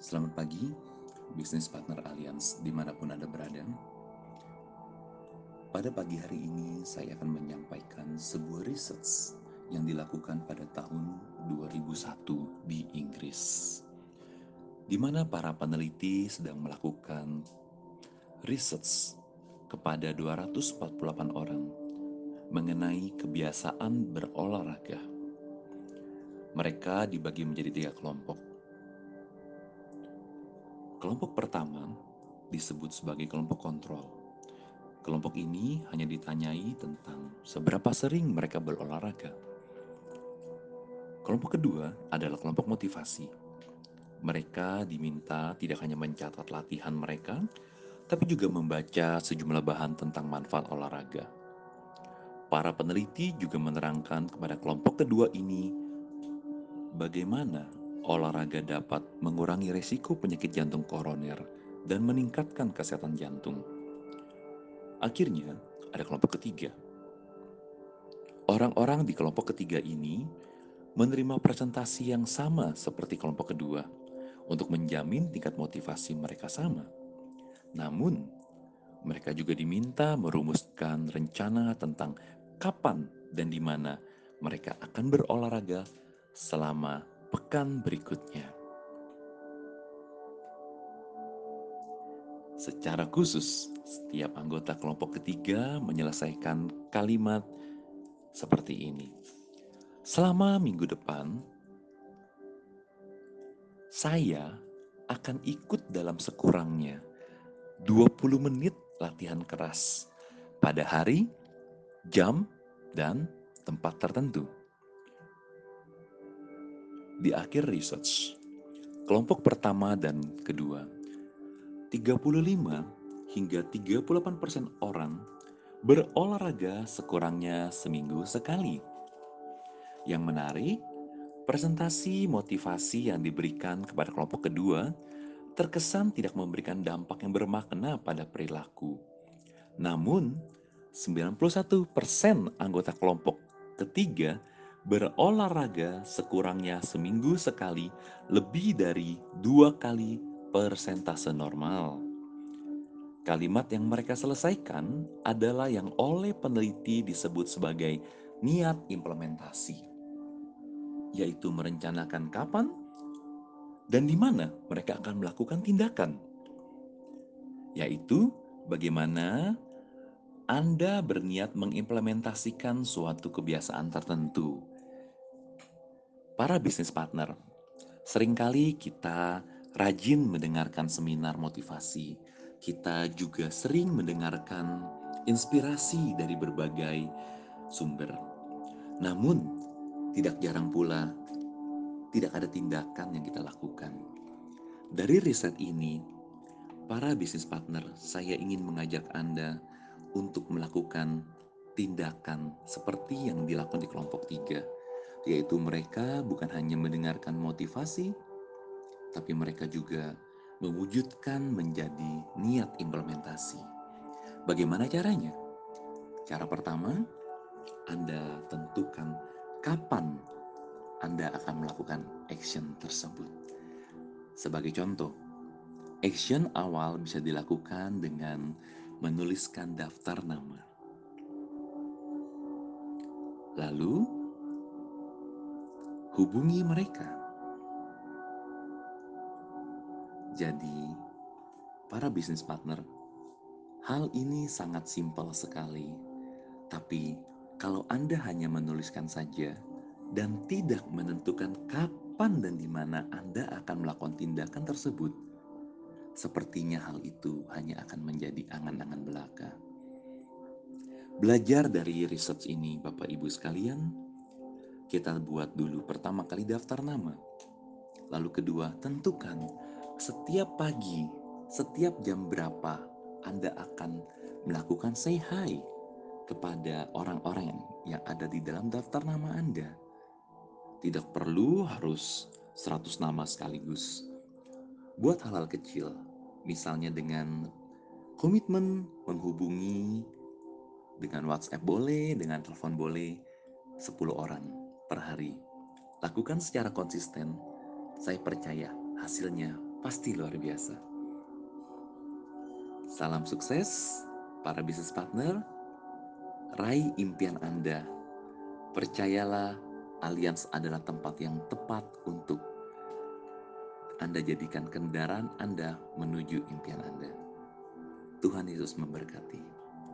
Selamat pagi, bisnis partner Alliance dimanapun Anda berada. Pada pagi hari ini saya akan menyampaikan sebuah research yang dilakukan pada tahun 2001 di Inggris, di mana para peneliti sedang melakukan research kepada 248 orang mengenai kebiasaan berolahraga. Mereka dibagi menjadi 3 kelompok. Kelompok pertama disebut sebagai kelompok kontrol. Kelompok ini hanya ditanyai tentang seberapa sering mereka berolahraga. Kelompok kedua adalah kelompok motivasi. Mereka diminta tidak hanya mencatat latihan mereka, tapi juga membaca sejumlah bahan tentang manfaat olahraga. Para peneliti juga menerangkan kepada kelompok kedua ini bagaimana olahraga dapat mengurangi risiko penyakit jantung koroner dan meningkatkan kesehatan jantung. Akhirnya, ada kelompok ketiga. Orang-orang di kelompok ketiga ini menerima presentasi yang sama seperti kelompok kedua untuk menjamin tingkat motivasi mereka sama. Namun, mereka juga diminta merumuskan rencana tentang kapan dan di mana mereka akan berolahraga selama pekan berikutnya. Secara khusus, setiap anggota kelompok ketiga menyelesaikan kalimat seperti ini. Selama minggu depan, saya akan ikut dalam sekurangnya 20 menit latihan keras pada hari, jam, dan tempat tertentu. Di akhir research, kelompok pertama dan kedua, 35 hingga 38% orang berolahraga sekurangnya seminggu sekali. Yang menarik, presentasi motivasi yang diberikan kepada kelompok kedua terkesan tidak memberikan dampak yang bermakna pada perilaku. Namun, 91% anggota kelompok ketiga berolahraga sekurangnya seminggu sekali lebih dari 2 kali persentase normal. Kalimat yang mereka selesaikan adalah yang oleh peneliti disebut sebagai niat implementasi, yaitu merencanakan kapan dan di mana mereka akan melakukan tindakan, yaitu bagaimana Anda berniat mengimplementasikan suatu kebiasaan tertentu. Para bisnis partner, seringkali kita rajin mendengarkan seminar motivasi. Kita juga sering mendengarkan inspirasi dari berbagai sumber. Namun, tidak jarang pula tidak ada tindakan yang kita lakukan. Dari riset ini, para bisnis partner, saya ingin mengajak Anda untuk melakukan tindakan seperti yang dilakukan di kelompok 3, yaitu mereka bukan hanya mendengarkan motivasi, tapi mereka juga mewujudkan menjadi niat implementasi. Bagaimana caranya? Cara pertama, Anda tentukan kapan Anda akan melakukan action tersebut. Sebagai contoh, action awal bisa dilakukan dengan menuliskan daftar nama. Lalu, hubungi mereka. Jadi, para bisnis partner, hal ini sangat simpel sekali. Tapi, kalau Anda hanya menuliskan saja dan tidak menentukan kapan dan di mana Anda akan melakukan tindakan tersebut, sepertinya hal itu hanya akan menjadi angan-angan belaka. Belajar dari research ini, Bapak Ibu sekalian, kita buat dulu pertama kali daftar nama. Lalu kedua, tentukan setiap pagi, setiap jam berapa Anda akan melakukan say hi kepada orang-orang yang ada di dalam daftar nama Anda. Tidak perlu harus 100 nama sekaligus. Buat hal-hal kecil, misalnya dengan komitmen menghubungi dengan WhatsApp boleh, dengan telepon boleh, 10 orang per hari. Lakukan secara konsisten, saya percaya hasilnya pasti luar biasa. Salam sukses para bisnis partner, raih impian Anda. Percayalah, Allianz adalah tempat yang tepat untuk Anda jadikan kendaraan Anda menuju impian Anda. Tuhan Yesus memberkati.